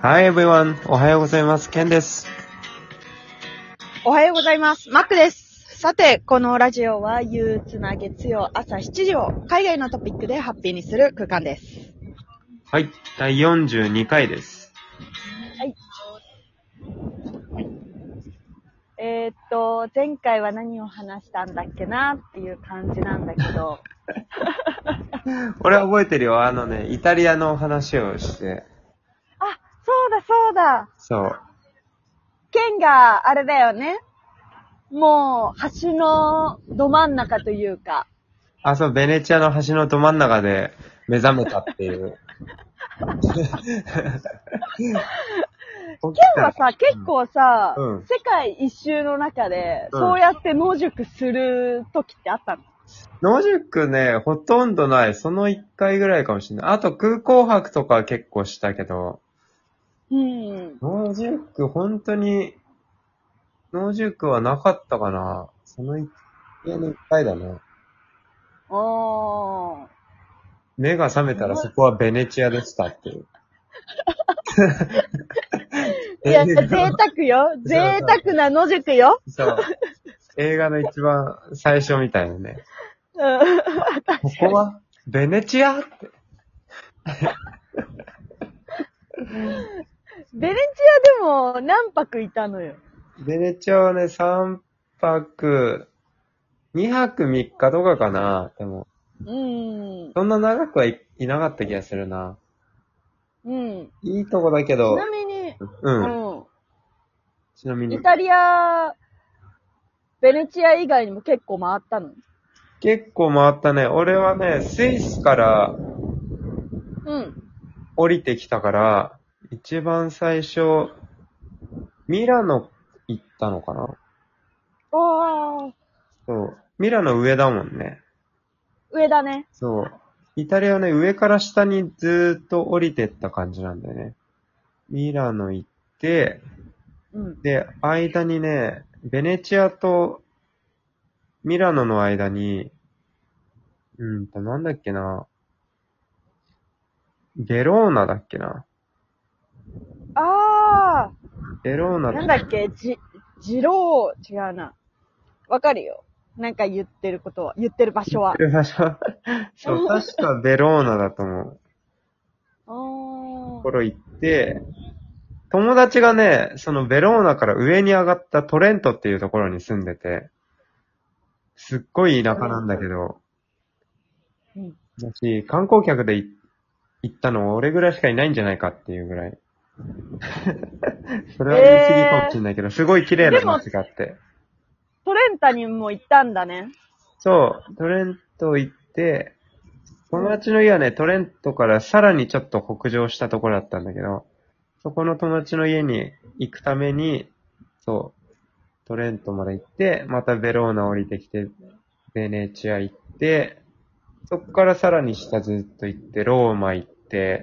Hi everyone! おはようございます。ケンです。 おはようございます。マックです。さて、このラジオは憂鬱な月曜朝7時を海外のトピックでハッピーにする空間です。 はい、第42回です。 はい。前回は何を話したんだっけなっていう感じなんだけど。 俺は覚えてるよ。イタリアの話をして。 あ、そうだそうだ。 そう。 ケンがあれだよね。もう、橋のど真ん中というか。 あ、そう、ベネチアの橋のど真ん中で目覚めたっていう。 ケンはさ、結構さ、 うん、 世界一周の中で、そうやって野宿する時ってあったの？ 野宿ね、ほとんどない。その1回ぐらいかもしれない。あと空港泊とかは結構したけど。野宿、本当に、野宿はなかったかな。その1回の1回だね。目が覚めたらそこはベネチアでしたっていう。 いや、贅沢よ。贅沢な野宿よ。 そう。映画の一番最初みたいなね。ここはベネチアって。 ベネチアでも何泊いたのよ。 ベネチアはね、3泊、2泊3日とかかな。でも。そんな長くはいなかった気がするな。いいとこだけど。 ちなみに、 ちなみに。 イタリア、ベネチア以外にも結構回ったの？ 結構回ったね。俺はね、スイスから降りてきたから、一番最初、ミラノ行ったのかな。そう。ミラノ上だもんね。 上だね。 そう。イタリアはね、上から下にずーっと降りてった感じなんだよね。ミラノ行って、で、間にね、ベネチアとミラノの間に、なんだっけな。ベローナだっけな。ベローナなんだっけ、ジロー、違うな。わかるよ。なんか言ってる場所は。言ってる場所そう、確かベローナだと思う。ところ行って、友達がね、そのベローナから上に上がったトレントっていうところに住んでて、すっごい田舎なんだけど、私、観光客で行ったの俺ぐらいしかいないんじゃないかっていうぐらい。それは言い過ぎかもしれないけど、すごい綺麗な街があって。 トレンタにも行ったんだね。 そう、トレント行って、友達の家はね、トレントからさらにちょっと北上したところだったんだけど、そこの友達の家に行くために、そう、トレントまで行って、またベローナ降りてきて、ベネチア行って、そこからさらに下ずっと行って、ローマ行って、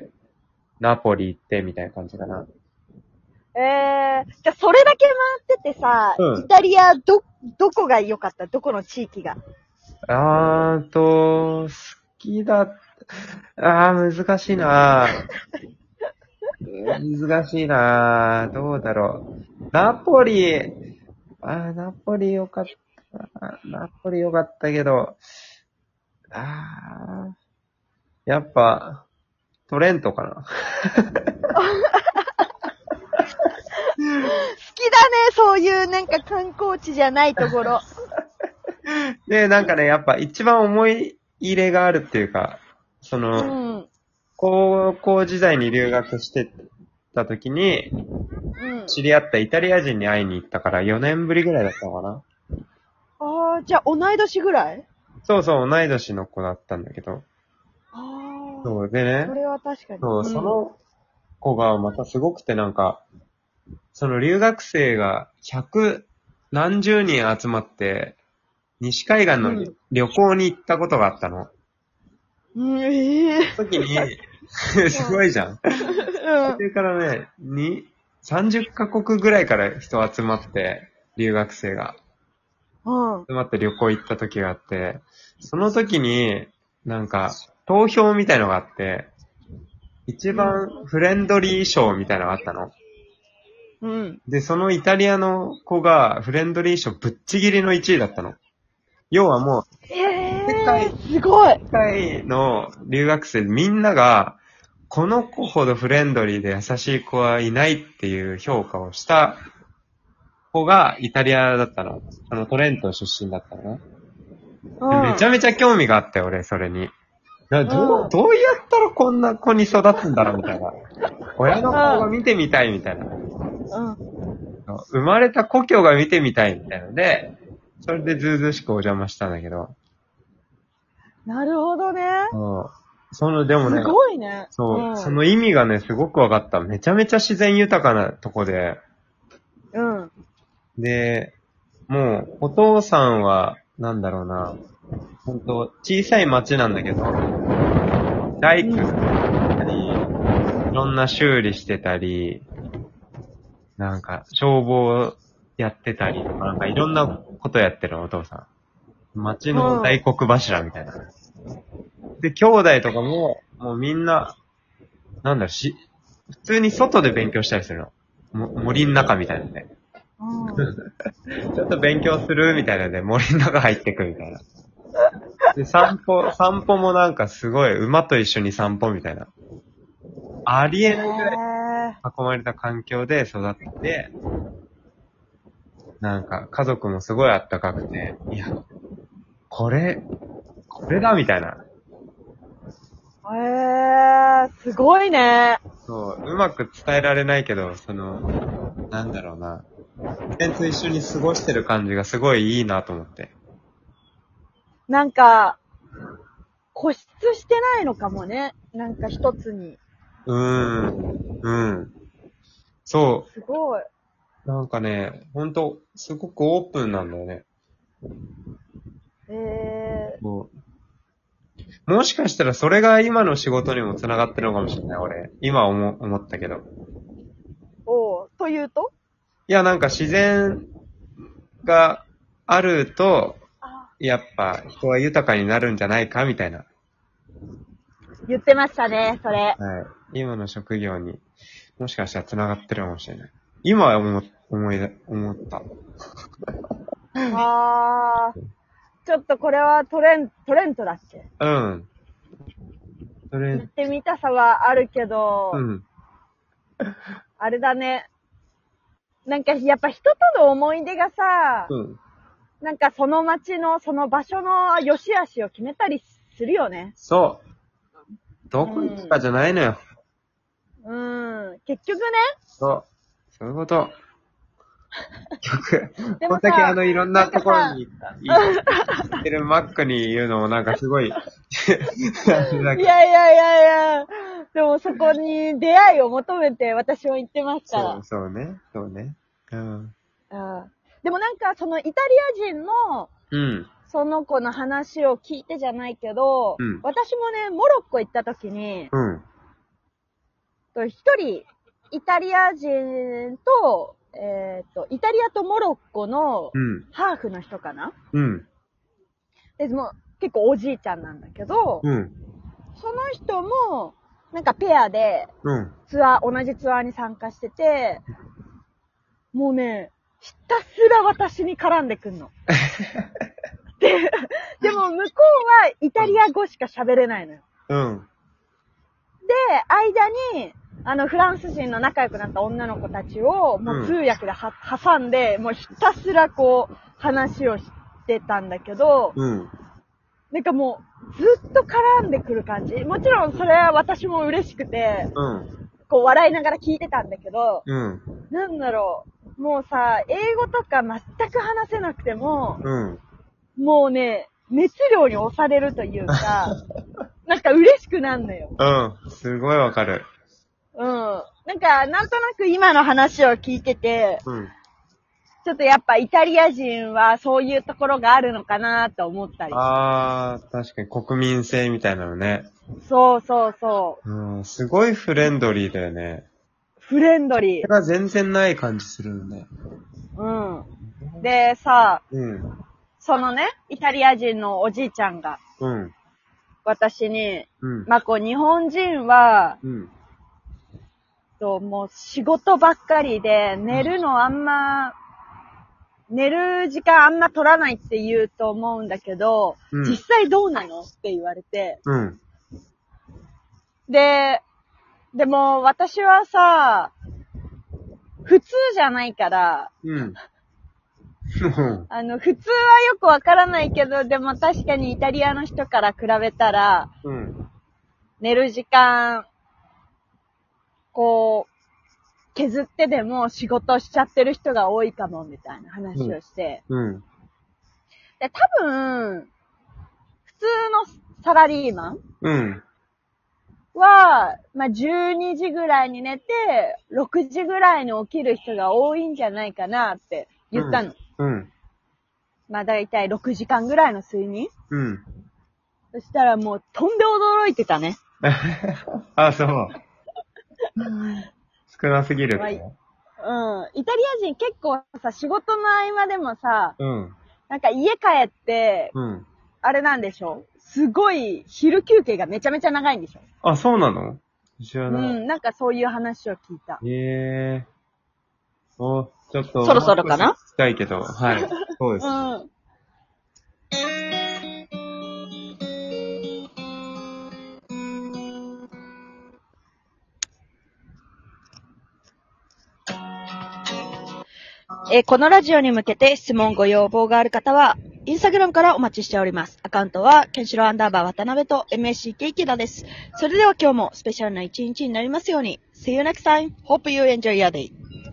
ナポリ行って、みたいな感じかな。 じゃあそれだけ回っててさ、イタリアどこが良かった？どこの地域が？ 好きだ、難しいな難しいなどうだろう。ナポリ良かった。ナポリ良かったけど、やっぱ、トレントかな。 好きだね、そういうなんか観光地じゃないところ。 で、なんかね、やっぱ一番思い入れがあるっていうか、高校時代に留学してた時に、知り合ったイタリア人に会いに行ったから4年ぶりぐらいだったのかな。 じゃあ同い年ぐらい？ そうそう、同い年の子だったんだけど。そうでね。 それは確かに。 そう、その子がまたすごくてなんか、その留学生が百何十人集まって、西海岸の旅行に行ったことがあったの。その時に、すごいじゃん。それからね、30カ国ぐらいから人集まって、留学生が。集まって旅行行った時があって、その時に、なんか、投票みたいのがあって、 一番フレンドリー賞みたいなのがあったの。 うん。 で、そのイタリアの子がフレンドリー賞ぶっちぎりの1位だったの。要はもう、 すごい。 世界の留学生みんなが、この子ほどフレンドリーで優しい子はいないっていう評価をした子がイタリアだったの。トレント出身だったのね。でめちゃめちゃ興味があったよ、俺、それに。どうやったらこんな子に育つんだろうみたいな。親の顔が見てみたいみたいな。生まれた故郷が見てみたいみたいなので、それでずうずうしくお邪魔したんだけど。 なるほどね。 でもね。 すごいね。 そう、その意味がね、すごくわかった。めちゃめちゃ自然豊かなとこで。 うん。で、 もう、お父さんは、なんだろうな。ほんと、小さい町なんだけど、大工したり、いろんな修理してたり、なんか、消防やってたりとか、なんかいろんなことやってるお父さん。町の大黒柱みたいな。で、兄弟とかも、もうみんな、普通に外で勉強したりするの。森の中みたいなね。ちょっと勉強するみたいなので、森の中入ってくみたいな。で、散歩もなんかすごい馬と一緒に散歩みたいな。ありえないぐらい囲まれた環境で育って、なんか家族もすごいあったかくて、いや、これだみたいな。 すごいね。 そう、うまく伝えられないけど、なんだろうな。自然と一緒に過ごしてる感じがすごいいいなと思って。 なんか、固執してないのかもね。なんか一つに。 そう。 すごい。 なんかね、ほんと、すごくオープンなんだよね。もしかしたらそれが今の仕事にも繋がってるのかもしれない、俺。今思ったけど。 というと？ いや、なんか自然があると、やっぱ人は豊かになるんじゃないかみたいな。 言ってましたね、それ。 はい。今の職業にもしかしたら繋がってるかもしれない。今は思った。 ちょっとこれはトレントだっけ？ うん。 行ってみたさはあるけど、あれだね。なんかやっぱ人との思い出がさ、なんかその街の、その場所の良し悪しを決めたりするよね。 そう。どこ行くかじゃないのよ。 結局ね。 そういうこと。こんだけいろんなところに行ってるマックに言うのもなんかすごい。いや。 でもそこに出会いを求めて私も行ってましたら。 そうね。 でもなんかそのイタリア人の、その子の話を聞いてじゃないけど、私もね、モロッコ行った時に、一人、イタリア人と、イタリアとモロッコのハーフの人かな？でも結構おじいちゃんなんだけど、その人も、なんかペアで、同じツアーに参加してて、もうね、ひたすら私に絡んでくんの。でも向こうはイタリア語しか喋れないのよ。で、間に、フランス人の仲良くなった女の子たちを、もう通訳で挟んで、もうひたすらこう、話をしてたんだけど、なんかもう、ずっと絡んでくる感じ。もちろんそれは私も嬉しくて、こう笑いながら聞いてたんだけど、なんだろう、もうさ、英語とか全く話せなくても、もうね、熱量に押されるというか、なんか嬉しくなるのよ。 すごいわかる。 なんか、なんとなく今の話を聞いてて、ちょっとやっぱイタリア人はそういうところがあるのかなと思ったり。 確かに国民性みたいなのね。 そう。 すごいフレンドリーだよね。 フレンドリー。 それが全然ない感じするのね。 でさ、そのね、イタリア人のおじいちゃんが、私に、まあ、こう、日本人は、 もう仕事ばっかりで、寝る時間あんま取らないって言うと思うんだけど、実際どうなのって言われて。でも私はさ、普通じゃないから、普通はよくわからないけど、でも確かにイタリアの人から比べたら、寝る時間、削ってでも仕事しちゃってる人が多いかも、みたいな話をして。で、多分、普通のサラリーマンは、12時ぐらいに寝て、6時ぐらいに起きる人が多いんじゃないかなって言ったの。だいたい6時間ぐらいの睡眠。そしたらもうとんで驚いてたね。 あ、そう。少なすぎる、 イタリア人結構さ、仕事の合間でもさ、なんか家帰って、あれなんでしょ？すごい昼休憩がめちゃめちゃ長いんでしょ？ あ、そうなの？知らない。 なんかそういう話を聞いた。 ちょっと。 そろそろかな？ 聞きたいけど、はい。そうです。 このラジオに向けて質問ご要望がある方は、インスタグラムからお待ちしております。アカウントは、ケンシロ_渡辺と MSCK 池田です。それでは今日もスペシャルな一日になりますように。See you next time. Hope you enjoy your day.